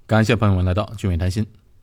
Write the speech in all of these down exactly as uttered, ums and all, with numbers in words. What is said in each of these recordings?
感谢朋友们来到俊伟谈心。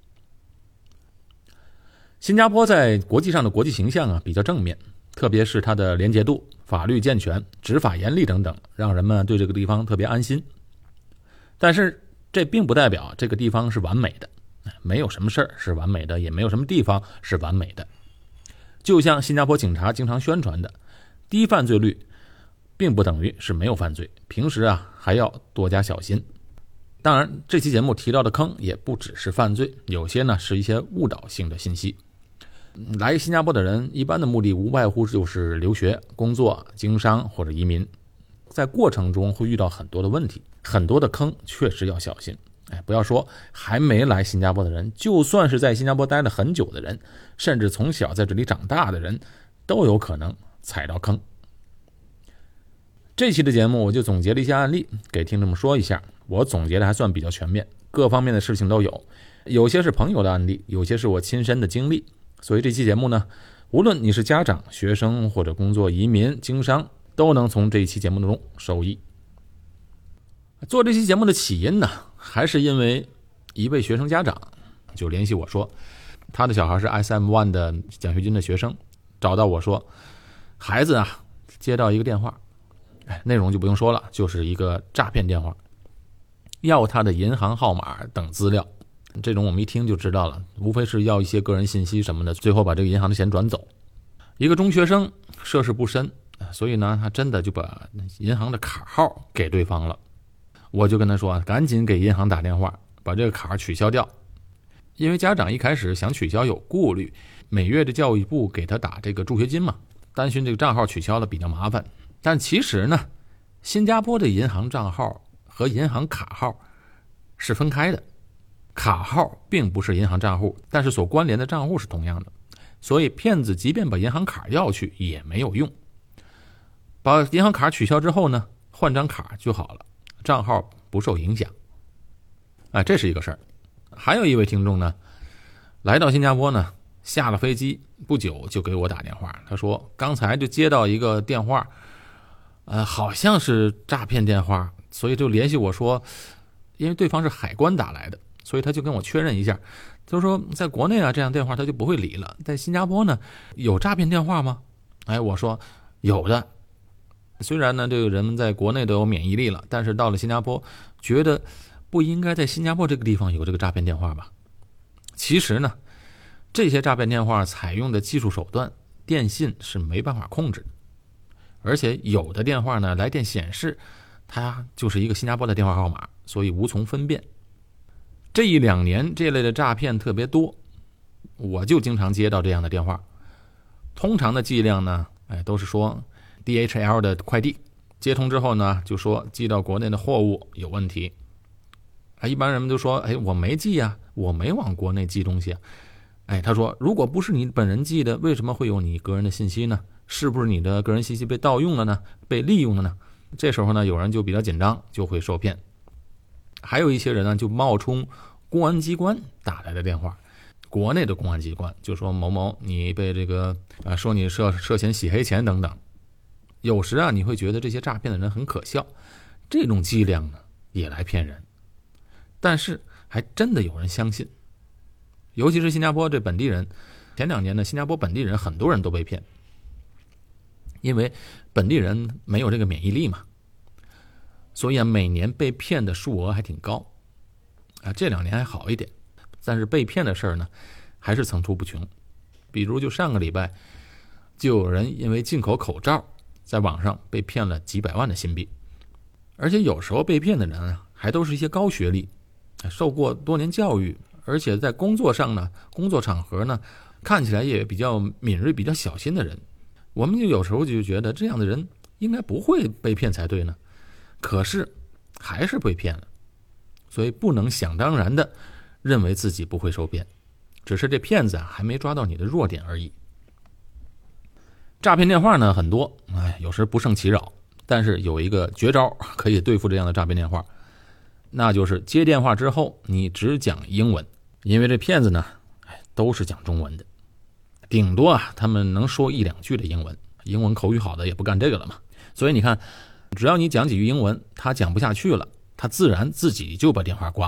新加坡在国际上的国际形象啊比较正面，特别是它的廉洁度、法律健全、执法严厉等等，让人们对这个地方特别安心。但是这并不代表这个地方是完美的，没有什么事儿是完美的，也没有什么地方是完美的。就像新加坡警察经常宣传的，低犯罪率并不等于是没有犯罪，平时啊还要多加小心。当然这期节目提到的坑也不只是犯罪，有些呢是一些误导性的信息。来新加坡的人一般的目的无外乎就是留学、工作、经商或者移民，在过程中会遇到很多的问题，很多的坑确实要小心。哎，不要说还没来新加坡的人，就算是在新加坡待了很久的人，甚至从小在这里长大的人，都有可能踩到坑。这期的节目我就总结了一些案例给听众们说一下，我总结的还算比较全面，各方面的事情都有，有些是朋友的案例，有些是我亲身的经历。所以这期节目呢，无论你是家长、学生或者工作、移民、经商，都能从这一期节目中受益。做这期节目的起因呢，还是因为一位学生家长就联系我说，他的小孩是 S M 一 的奖学金的学生，找到我说，孩子啊接到一个电话，内容就不用说了，就是一个诈骗电话，要他的银行号码等资料。这种我们一听就知道了，无非是要一些个人信息什么的，最后把这个银行的钱转走。一个中学生涉世不深，所以呢他真的就把银行的卡号给对方了。我就跟他说，赶紧给银行打电话把这个卡取消掉。因为家长一开始想取消有顾虑，每月的教育部给他打这个助学金嘛，担心这个账号取消了比较麻烦。但其实呢，新加坡的银行账号和银行卡号是分开的，卡号并不是银行账户，但是所关联的账户是同样的，所以骗子即便把银行卡要去也没有用。把银行卡取消之后呢，换张卡就好了，账号不受影响。啊，这是一个事儿。还有一位听众呢，来到新加坡呢，下了飞机不久就给我打电话，他说刚才就接到一个电话，呃，好像是诈骗电话，所以就联系我说，因为对方是海关打来的，所以他就跟我确认一下，他说在国内啊这样电话他就不会理了，在新加坡呢有诈骗电话吗？哎，我说有的。虽然呢这个人们在国内都有免疫力了，但是到了新加坡觉得不应该在新加坡这个地方有这个诈骗电话吧。其实呢这些诈骗电话采用的技术手段电信是没办法控制的，而且有的电话呢来电显示它就是一个新加坡的电话号码，所以无从分辨。这一两年这类的诈骗特别多，我就经常接到这样的电话。通常的伎俩呢，哎，都是说 D H L 的快递，接通之后呢，就说寄到国内的货物有问题。哎，一般人们就说，哎，我没寄啊，我没往国内寄东西啊。哎，他说，如果不是你本人寄的，为什么会有你个人的信息呢？是不是你的个人信息被盗用了呢？被利用了呢？这时候呢，有人就比较紧张，就会受骗。还有一些人呢，就冒充公安机关打来的电话，国内的公安机关就说某某你被这个啊，说你涉涉嫌洗黑钱等等。有时啊，你会觉得这些诈骗的人很可笑，这种伎俩呢也来骗人，但是还真的有人相信。尤其是新加坡这本地人，前两年呢，新加坡本地人很多人都被骗，因为本地人没有这个免疫力嘛，所以啊，每年被骗的数额还挺高啊。这两年还好一点，但是被骗的事儿呢，还是层出不穷。比如就上个礼拜，就有人因为进口口罩，在网上被骗了几百万的新币，而且有时候被骗的人啊，还都是一些高学历，受过多年教育，而且在工作上呢，工作场合呢，看起来也比较敏锐、比较小心的人。我们就有时候就觉得这样的人应该不会被骗才对呢，可是还是被骗了，所以不能想当然的认为自己不会受骗，只是这骗子啊还没抓到你的弱点而已。诈骗电话呢很多，哎，有时不胜其扰，但是有一个绝招可以对付这样的诈骗电话，那就是接电话之后你只讲英文，因为这骗子呢，哎，都是讲中文的，顶多啊他们能说一两句的英文，英文口语好的也不干这个了嘛。所以你看，只要你讲几句英文，他讲不下去了，他自然自己就把电话挂了。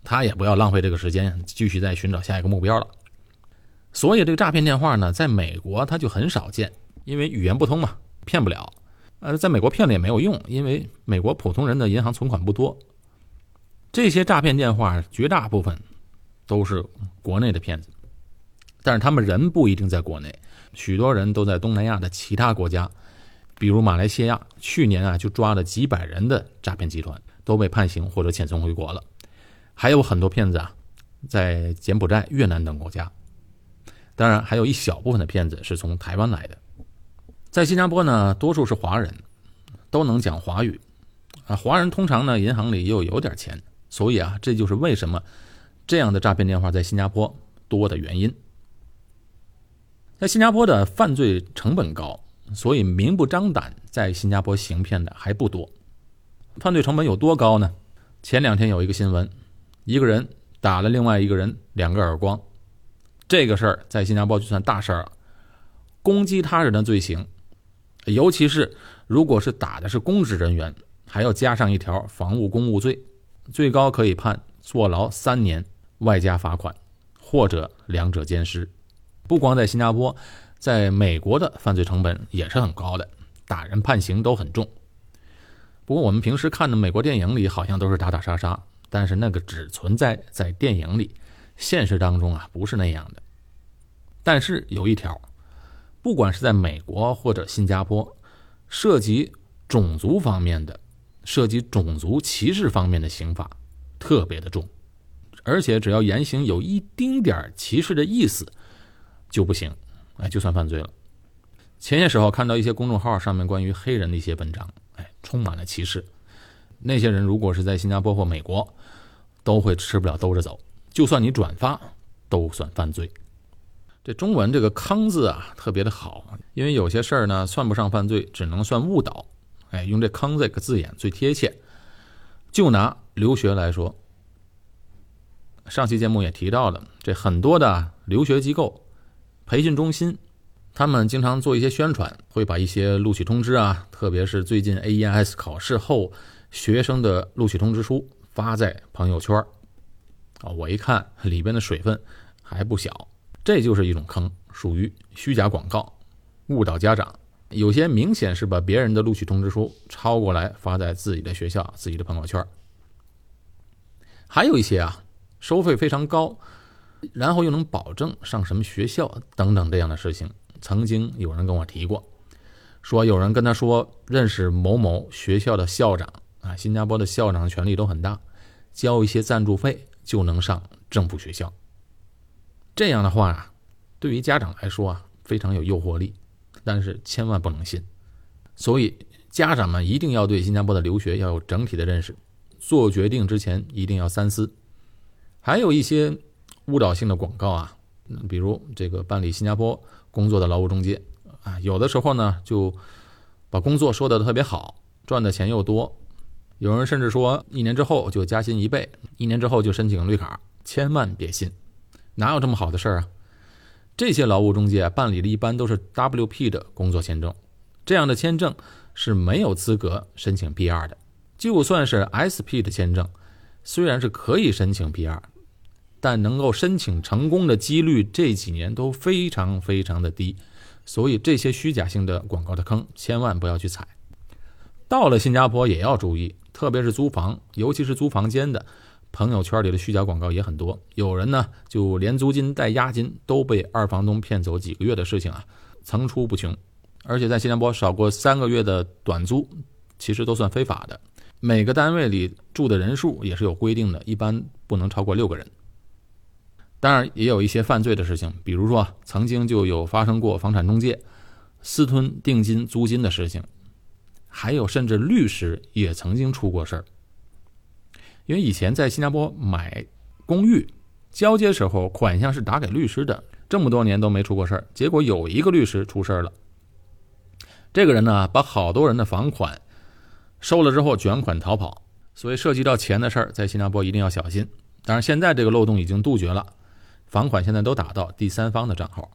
他也不要浪费这个时间继续再寻找下一个目标了。所以这个诈骗电话呢，在美国它就很少见，因为语言不通嘛，骗不了。呃，在美国骗了也没有用，因为美国普通人的银行存款不多。这些诈骗电话绝大部分都是国内的骗子，但是他们人不一定在国内，许多人都在东南亚的其他国家，比如马来西亚，去年啊就抓了几百人的诈骗集团，都被判刑或者遣送回国了。还有很多骗子啊，在柬埔寨、越南等国家。当然，还有一小部分的骗子是从台湾来的。在新加坡呢，多数是华人，都能讲华语啊。华人通常呢，银行里又有点钱，所以啊，这就是为什么这样的诈骗电话在新加坡多的原因。在新加坡的犯罪成本高，所以明不张胆在新加坡行骗的还不多。犯罪成本有多高呢？前两天有一个新闻，一个人打了另外一个人两个耳光，这个事儿在新加坡就算大事儿了。攻击他人的罪行，尤其是如果是打的是公职人员，还要加上一条妨误公务罪，最高可以判坐牢三年，外加罚款，或者两者兼施。不光在新加坡，在美国的犯罪成本也是很高的，打人判刑都很重。不过我们平时看的美国电影里好像都是打打杀杀，但是那个只存在在电影里，现实当中啊不是那样的。但是有一条，不管是在美国或者新加坡，涉及种族方面的、涉及种族歧视方面的刑罚特别的重，而且只要言行有一丁点歧视的意思就不行，哎，就算犯罪了。前些时候看到一些公众号上面关于黑人的一些文章，哎，充满了歧视。那些人如果是在新加坡或美国，都会吃不了兜着走，就算你转发，都算犯罪。这中文这个坑字啊特别的好，因为有些事儿呢算不上犯罪，只能算误导。哎，用这坑这个字眼最贴切。就拿留学来说，上期节目也提到了，这很多的留学机构、培训中心，他们经常做一些宣传，会把一些录取通知啊，特别是最近 A E S 考试后学生的录取通知书发在朋友圈啊，我一看里边的水分还不小。这就是一种坑，属于虚假广告，误导家长。有些明显是把别人的录取通知书抄过来发在自己的学校、自己的朋友圈。还有一些啊，收费非常高，然后又能保证上什么学校等等这样的事情。曾经有人跟我提过，说有人跟他说认识某某学校的校长啊，新加坡的校长权力都很大，交一些赞助费就能上政府学校。这样的话啊，对于家长来说啊，非常有诱惑力，但是千万不能信。所以家长们一定要对新加坡的留学要有整体的认识，做决定之前一定要三思。还有一些误导性的广告啊，比如这个办理新加坡工作的劳务中介啊，有的时候呢就把工作说得特别好，赚的钱又多，有人甚至说一年之后就加薪一倍，一年之后就申请绿卡，千万别信。哪有这么好的事儿啊？这些劳务中介办理的一般都是 W P 的工作签证，这样的签证是没有资格申请 P R 的。就算是 S P 的签证，虽然是可以申请 P R， 但能够申请成功的几率这几年都非常非常的低，所以这些虚假性的广告的坑千万不要去踩。到了新加坡也要注意，特别是租房，尤其是租房间的，朋友圈里的虚假广告也很多，有人呢就连租金带押金都被二房东骗走几个月的事情啊，层出不穷。而且在新加坡少过三个月的短租其实都算非法的，每个单位里住的人数也是有规定的，一般不能超过六个人。当然也有一些犯罪的事情，比如说曾经就有发生过房产中介私吞定金租金的事情，还有甚至律师也曾经出过事儿。因为以前在新加坡买公寓交接时候款项是打给律师的，这么多年都没出过事儿，结果有一个律师出事了。这个人呢把好多人的房款收了之后卷款逃跑，所以涉及到钱的事儿在新加坡一定要小心。当然现在这个漏洞已经杜绝了，房款现在都打到第三方的账号。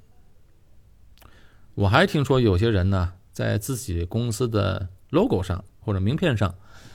我还听说有些人呢在自己公司的 logo 上或者名片上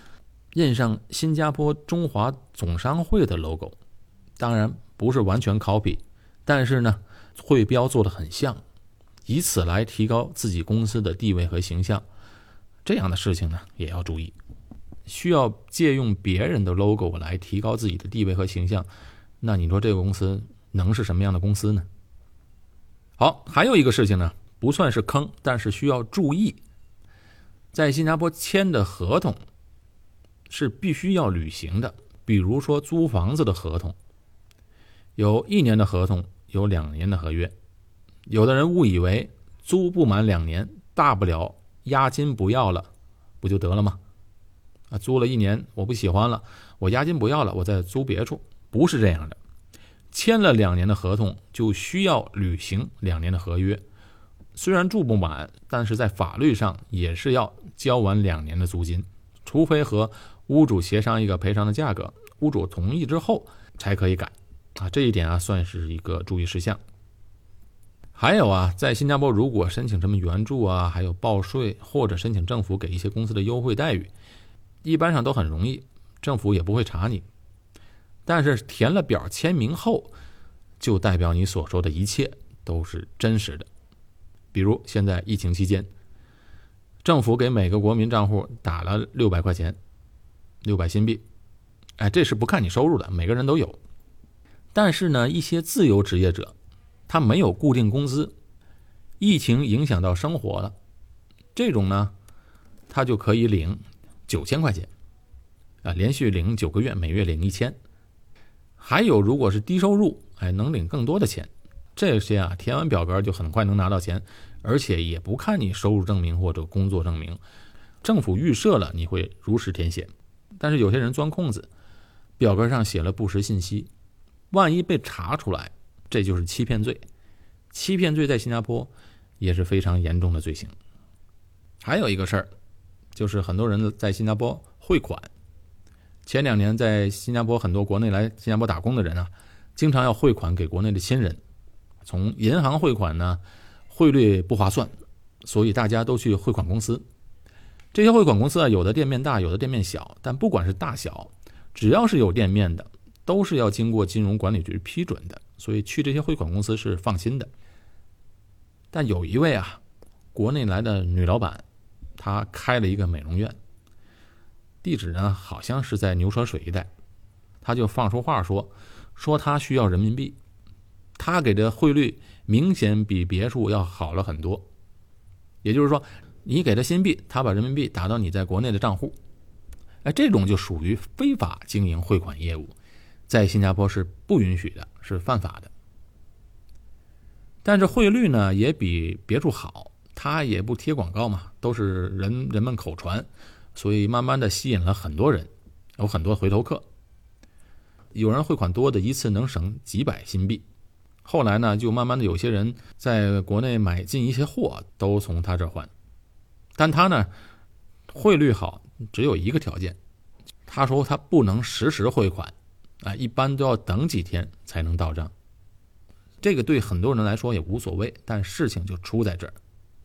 印上新加坡中华总商会的 logo， 当然不是完全 copy， 但是呢会标做得很像，以此来提高自己公司的地位和形象。这样的事情呢也要注意，需要借用别人的 logo 来提高自己的地位和形象，那你说这个公司能是什么样的公司呢？好，还有一个事情呢，不算是坑，但是需要注意，在新加坡签的合同是必须要履行的。比如说租房子的合同，有一年的合同，有两年的合约。有的人误以为租不满两年，大不了押金不要了，不就得了吗？啊，租了一年我不喜欢了，我押金不要了，我再租别处。不是这样的，签了两年的合同就需要履行两年的合约。虽然住不满，但是在法律上也是要交完两年的租金，除非和屋主协商一个赔偿的价格，屋主同意之后才可以改啊。这一点啊算是一个注意事项。还有啊，在新加坡如果申请什么援助啊，还有报税或者申请政府给一些公司的优惠待遇，一般上都很容易，政府也不会查你。但是填了表签名后，就代表你所说的一切都是真实的。比如现在疫情期间，政府给每个国民账户打了六百块钱，六百新币，哎，这是不看你收入的，每个人都有。但是呢，一些自由职业者，他没有固定工资，疫情影响到生活了，这种呢，他就可以领九千块钱，啊，连续领九个月，每月领一千。还有如果是低收入，哎，能领更多的钱。这些啊，填完表格就很快能拿到钱，而且也不看你收入证明或者工作证明，政府预设了你会如实填写。但是有些人钻空子，表格上写了不实信息，万一被查出来，这就是欺骗罪。欺骗罪在新加坡也是非常严重的罪行。还有一个事儿，就是很多人在新加坡汇款。前两年在新加坡，很多国内来新加坡打工的人啊，经常要汇款给国内的亲人。从银行汇款呢，汇率不划算，所以大家都去汇款公司。这些汇款公司啊，有的店面大，有的店面小，但不管是大小，只要是有店面的，都是要经过金融管理局批准的，所以去这些汇款公司是放心的。但有一位啊，国内来的女老板，她开了一个美容院，地址呢好像是在牛车水一带，她就放出话说，说她需要人民币，她给的汇率明显比别处要好了很多。也就是说，你给的新币，他把人民币打到你在国内的账户，哎，这种就属于非法经营汇款业务，在新加坡是不允许的，是犯法的。但是汇率呢也比别处好，它也不贴广告嘛，都是人人们口传，所以慢慢的吸引了很多人，有很多回头客。有人汇款多的，一次能省几百新币。后来呢，就慢慢的有些人在国内买进一些货，都从他这儿换。但他呢，汇率好，只有一个条件，他说他不能实时汇款，啊，一般都要等几天才能到账。这个对很多人来说也无所谓，但事情就出在这儿。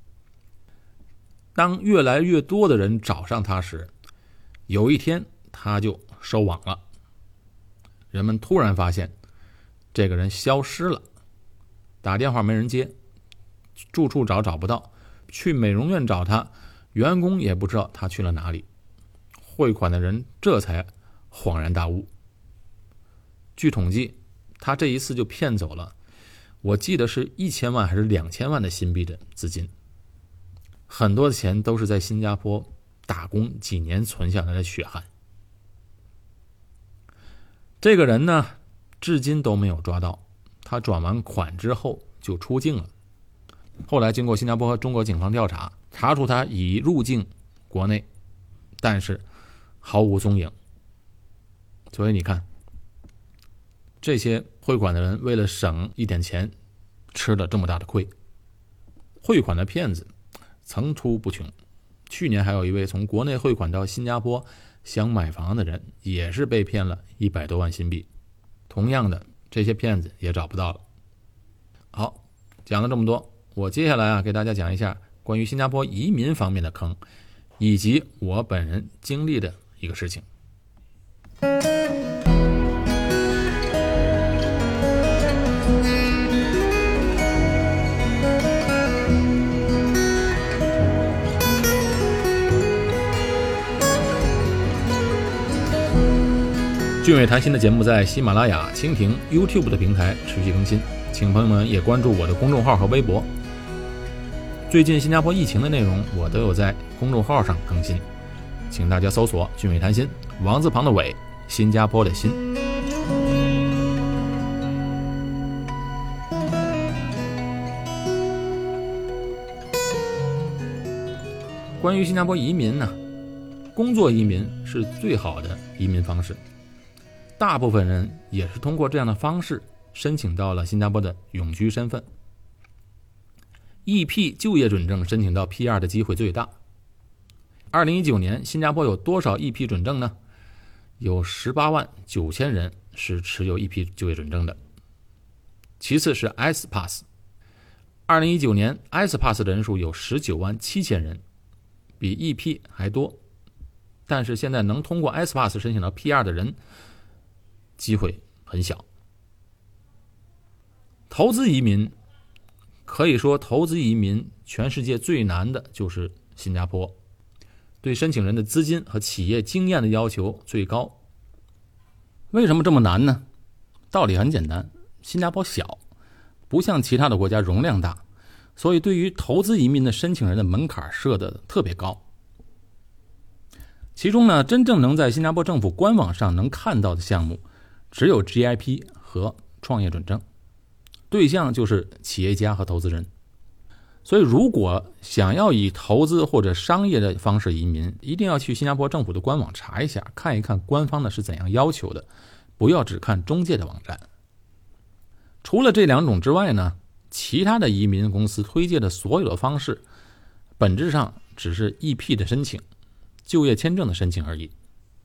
当越来越多的人找上他时，有一天他就收网了。人们突然发现这个人消失了，打电话没人接，住处找找不到，去美容院找他，员工也不知道他去了哪里。汇款的人这才恍然大悟。据统计，他这一次就骗走了，我记得是一千万还是两千万的新币的资金。很多的钱都是在新加坡打工几年存下来的血汗。这个人呢，至今都没有抓到，他转完款之后就出境了。后来经过新加坡和中国警方调查，查出他已入境国内，但是毫无踪影。所以你看，这些汇款的人为了省一点钱，吃了这么大的亏。汇款的骗子层出不穷，去年还有一位从国内汇款到新加坡想买房的人，也是被骗了一百多万新币。同样的，这些骗子也找不到了。好，讲了这么多，我接下来啊给大家讲一下关于新加坡移民方面的坑，以及我本人经历的一个事情。 俊伟谈心的节目在喜马拉雅、蜻蜓、YouTube 的平台持续更新，请朋友们也关注我的公众号和微博。最近新加坡疫情的内容我都有在公众号上更新，请大家搜索俊伟谈心，王字旁的伟，新加坡的新。关于新加坡移民呢，工作移民是最好的移民方式，大部分人也是通过这样的方式申请到了新加坡的永居身份。E P 就业准证申请到 P R 的机会最大。二零一九年新加坡有多少 E P 准证呢？有十八万九千人是持有 E P 就业准证的。其次是 S Pass， 二零一九年 S Pass 的人数有十九万七千人，比 E P 还多。但是现在能通过 S Pass 申请到 P R 的人机会很小。投资移民，可以说投资移民全世界最难的就是新加坡，对申请人的资金和企业经验的要求最高。为什么这么难呢？道理很简单，新加坡小，不像其他的国家容量大，所以对于投资移民的申请人的门槛设得特别高。其中呢，真正能在新加坡政府官网上能看到的项目只有 G I P 和创业准证，对象就是企业家和投资人。所以如果想要以投资或者商业的方式移民，一定要去新加坡政府的官网查一下，看一看官方的是怎样要求的，不要只看中介的网站。除了这两种之外呢，其他的移民公司推荐的所有的方式本质上只是 E P 的申请，就业签证的申请而已。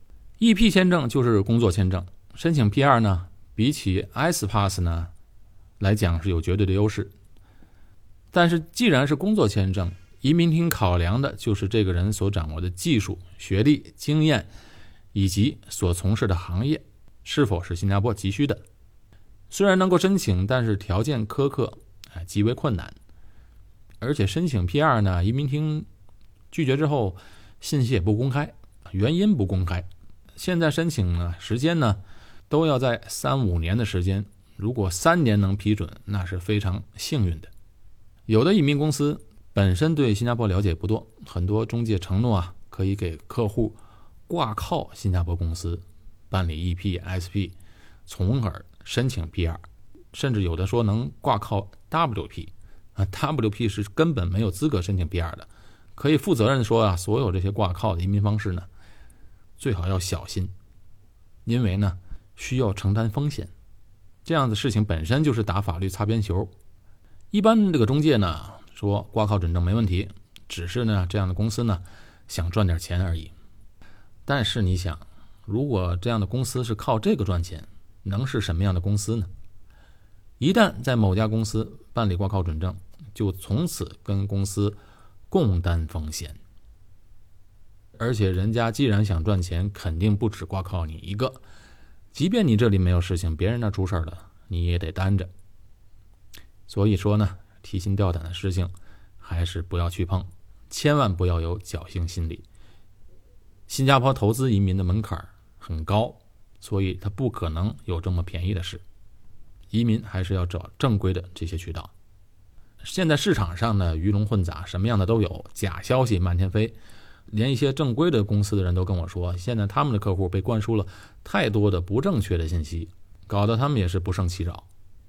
E P 签证就是工作签证，申请 P R 呢，比起 S Pass 呢来讲是有绝对的优势。但是既然是工作签证，移民厅考量的就是这个人所掌握的技术、学历、经验以及所从事的行业是否是新加坡急需的。虽然能够申请，但是条件苛刻，极为困难。而且申请 P R 呢，移民厅拒绝之后信息也不公开，原因不公开。现在申请呢，时间呢都要在三五年的时间，如果三年能批准，那是非常幸运的。有的移民公司本身对新加坡了解不多，很多中介承诺啊，可以给客户挂靠新加坡公司办理 E P、S P， 从而申请 P R， 甚至有的说能挂靠 W P 啊 ，W P 是根本没有资格申请 P R 的。可以负责任说啊，所有这些挂靠的移民方式呢，最好要小心，因为呢需要承担风险。这样的事情本身就是打法律擦边球。一般这个中介呢说挂靠准证没问题，只是呢这样的公司呢想赚点钱而已。但是你想，如果这样的公司是靠这个赚钱，能是什么样的公司呢？一旦在某家公司办理挂靠准证，就从此跟公司共担风险。而且人家既然想赚钱，肯定不只挂靠你一个，即便你这里没有事情，别人那出事了，你也得担着。所以说呢，提心吊胆的事情还是不要去碰，千万不要有侥幸心理。新加坡投资移民的门槛很高，所以它不可能有这么便宜的事。移民还是要找正规的这些渠道。现在市场上呢鱼龙混杂，什么样的都有，假消息满天飞，连一些正规的公司的人都跟我说，现在他们的客户被灌输了太多的不正确的信息，搞得他们也是不胜其扰。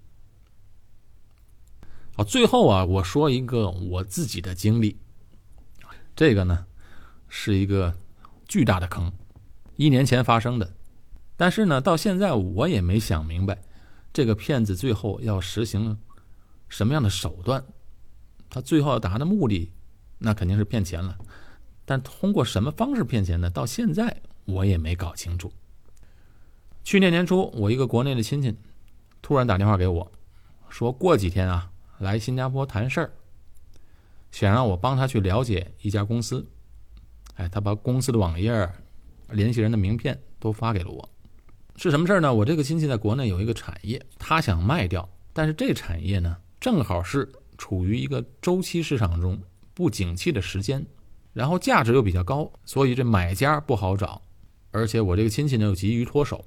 好，最后啊，我说一个我自己的经历，这个呢是一个巨大的坑，一年前发生的。但是呢，到现在我也没想明白，这个骗子最后要实行什么样的手段，他最后要达的目的，那肯定是骗钱了。但通过什么方式骗钱呢？到现在我也没搞清楚。去年年初，我一个国内的亲戚突然打电话给我，说过几天啊来新加坡谈事儿，想让我帮他去了解一家公司。哎，他把公司的网页、联系人的名片都发给了我。 是什么事呢？我这个亲戚在国内有一个产业，他想卖掉，但是这产业呢，正好是处于一个周期市场中不景气的时间，然后价值又比较高，所以这买家不好找，而且我这个亲戚呢又急于脱手。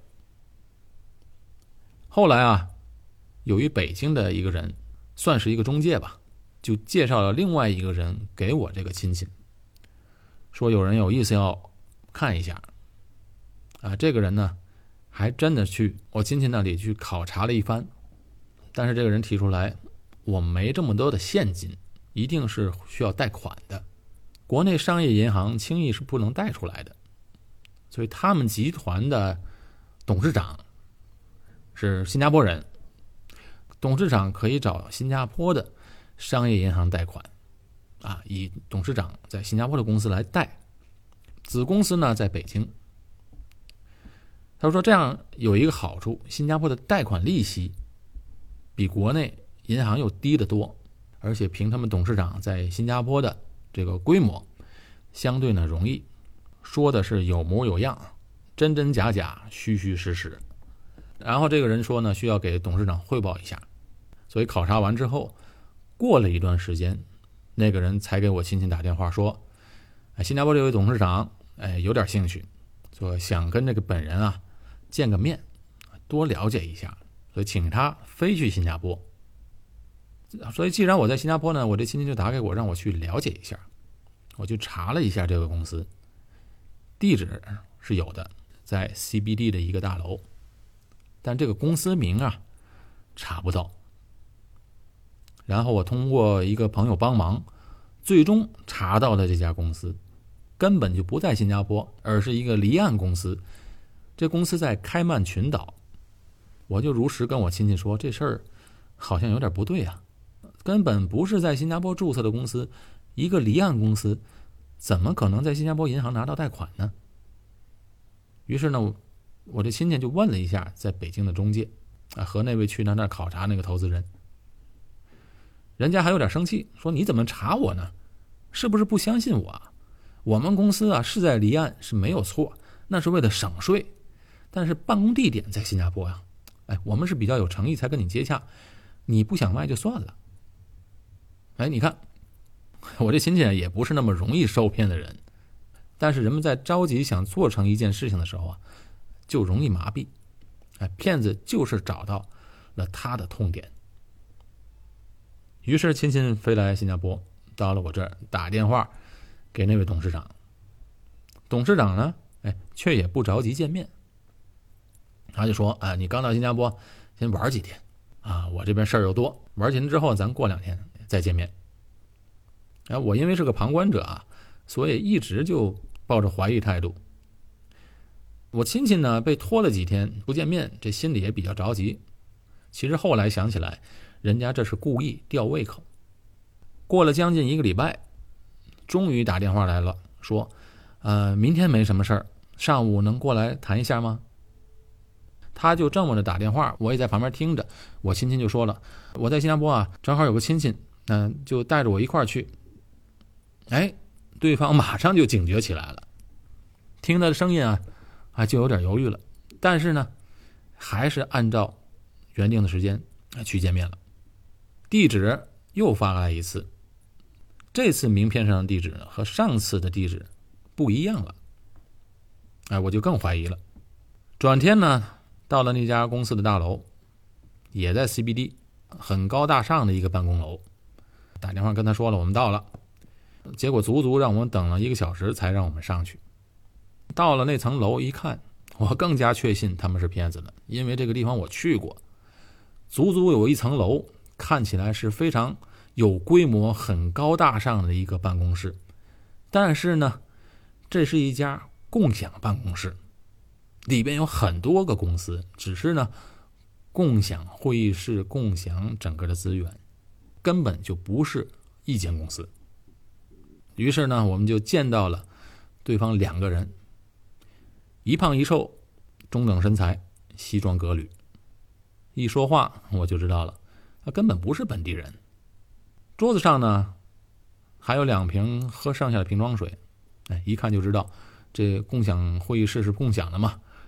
后来啊，有一北京的一个人，算是一个中介吧，就介绍了另外一个人给我这个亲戚，说有人有意思要看一下。啊，这个人呢，还真的去我亲戚那里去考察了一番，但是这个人提出来，我没这么多的现金，一定是需要贷款的，国内商业银行轻易是不能贷出来的，所以他们集团的董事长是新加坡人，董事长可以找新加坡的商业银行贷款，啊，以董事长在新加坡的公司来贷，子公司呢在北京。他说这样有一个好处，新加坡的贷款利息比国内银行又低得多，而且凭他们董事长在新加坡的这个规模，相对呢容易，说的是有模有样，真真假假，虚虚实实。然后这个人说呢，需要给董事长汇报一下，所以考察完之后，过了一段时间，那个人才给我亲戚打电话说，哎，新加坡这位董事长，哎，有点兴趣，说想跟这个本人啊见个面，多了解一下，所以请他飞去新加坡。所以既然我在新加坡呢，我这亲戚就打给我，让我去了解一下。我去查了一下这个公司，地址是有的，在 C B D 的一个大楼，但这个公司名啊查不到。然后我通过一个朋友帮忙，最终查到了这家公司，根本就不在新加坡，而是一个离岸公司。这公司在开曼群岛。我就如实跟我亲戚说，这事儿好像有点不对啊，根本不是在新加坡注册的公司，一个离岸公司怎么可能在新加坡银行拿到贷款呢？于是呢，我我这亲戚就问了一下在北京的中介啊，和那位去那那考察那个投资人，人家还有点生气，说你怎么查我呢？是不是不相信我啊？我们公司啊是在离岸是没有错，那是为了省税，但是办公地点在新加坡呀、啊。哎，我们是比较有诚意才跟你接洽，你不想卖就算了。哎，你看我这亲戚也不是那么容易受骗的人，但是人们在着急想做成一件事情的时候啊，就容易麻痹。哎，骗子就是找到了他的痛点。于是亲戚飞来新加坡，到了我这儿打电话给那位董事长。董事长呢，哎，却也不着急见面。他就说，啊，你刚到新加坡，先玩几天啊，我这边事儿又多，玩几天之后咱过两天再见面。哎，我因为是个旁观者啊，所以一直就抱着怀疑态度。我亲戚呢被拖了几天不见面，这心里也比较着急。其实后来想起来，人家这是故意吊胃口。过了将近一个礼拜，终于打电话来了，说呃，明天没什么事儿，上午能过来谈一下吗？他就这么的打电话，我也在旁边听着。我亲戚就说了，我在新加坡啊，正好有个亲戚，嗯、呃，就带着我一块儿去。哎，对方马上就警觉起来了，听他的声音啊，啊就有点犹豫了，但是呢，还是按照原定的时间去见面了。地址又发来一次，这次名片上的地址呢和上次的地址不一样了。哎，我就更怀疑了。转天呢，到了那家公司的大楼，也在 C B D， 很高大上的一个办公楼。打电话跟他说了我们到了，结果足足让我们等了一个小时才让我们上去。到了那层楼一看，我更加确信他们是骗子了，因为这个地方我去过，足足有一层楼，看起来是非常有规模、很高大上的一个办公室。但是呢，这是一家共享办公室，里边有很多个公司，只是呢共享会议室，共享整个的资源，根本就不是一间公司。于是呢，我们就见到了对方两个人，一胖一瘦，中等身材，西装革履。一说话我就知道了，他根本不是本地人。桌子上呢还有两瓶喝剩下的瓶装水，哎，一看就知道这共享会议室是共享的嘛，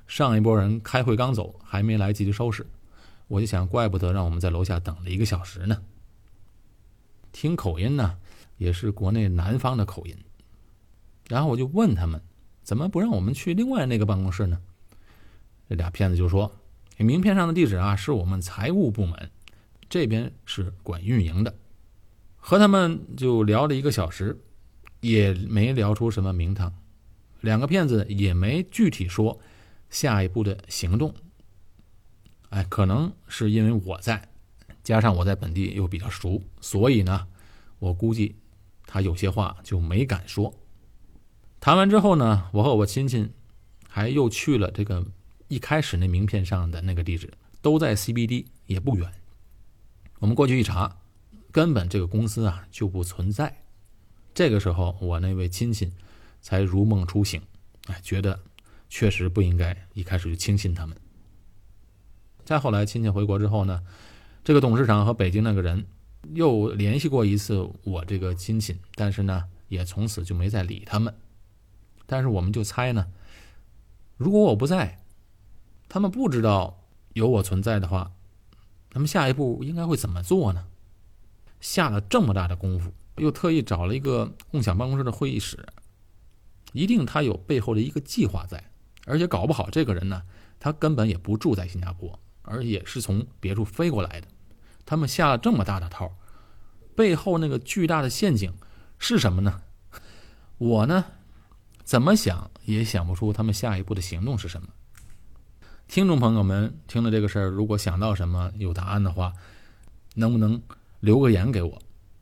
上一波人开会刚走，还没来及去收拾。我就想，怪不得让我们在楼下等了一个小时呢。听口音呢，也是国内南方的口音。然后我就问他们，怎么不让我们去另外那个办公室呢？这俩骗子就说，名片上的地址啊，是我们财务部门，这边是管运营的。和他们就聊了一个小时，也没聊出什么名堂。两个骗子也没具体说下一步的行动。哎，可能是因为我在，加上我在本地又比较熟，所以呢，我估计他有些话就没敢说。谈完之后呢，我和我亲戚还又去了这个一开始那名片上的那个地址，都在 C B D， 也不远。我们过去一查，根本这个公司啊就不存在。这个时候，我那位亲戚才如梦初醒，哎，觉得确实不应该一开始就轻信他们。再后来亲戚回国之后呢，这个董事长和北京那个人又联系过一次我这个亲戚，但是呢也从此就没再理他们。但是我们就猜呢，如果我不在，他们不知道有我存在的话，那么下一步应该会怎么做呢？下了这么大的功夫，又特意找了一个共享办公室的会议室，一定他有背后的一个计划在。而且搞不好这个人呢，他根本也不住在新加坡，而也是从别处飞过来的。他们下了这么大的套，背后那个巨大的陷阱是什么呢？我呢怎么想也想不出他们下一步的行动是什么。听众朋友们听了这个事儿，如果想到什么有答案的话，能不能留个言给我？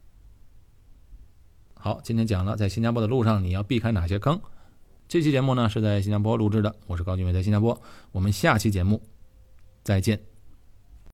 好，今天讲了在新加坡的路上你要避开哪些坑。这期节目呢是在新加坡录制的，我是高俊伟，在新加坡。我们下期节目再见。